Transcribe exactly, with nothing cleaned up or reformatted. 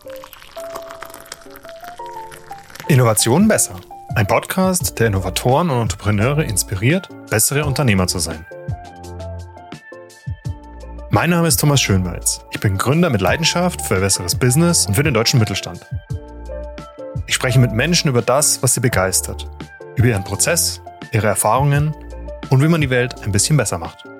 Innovation besser. Ein Podcast, der Innovatoren und Entrepreneure inspiriert, bessere Unternehmer zu sein. Mein Name ist Thomas Schönweiz. Ich bin Gründer mit Leidenschaft für ein besseres Business und für den deutschen Mittelstand. Ich spreche mit Menschen über das, was sie begeistert, über ihren Prozess, ihre Erfahrungen und wie man die Welt ein bisschen besser macht.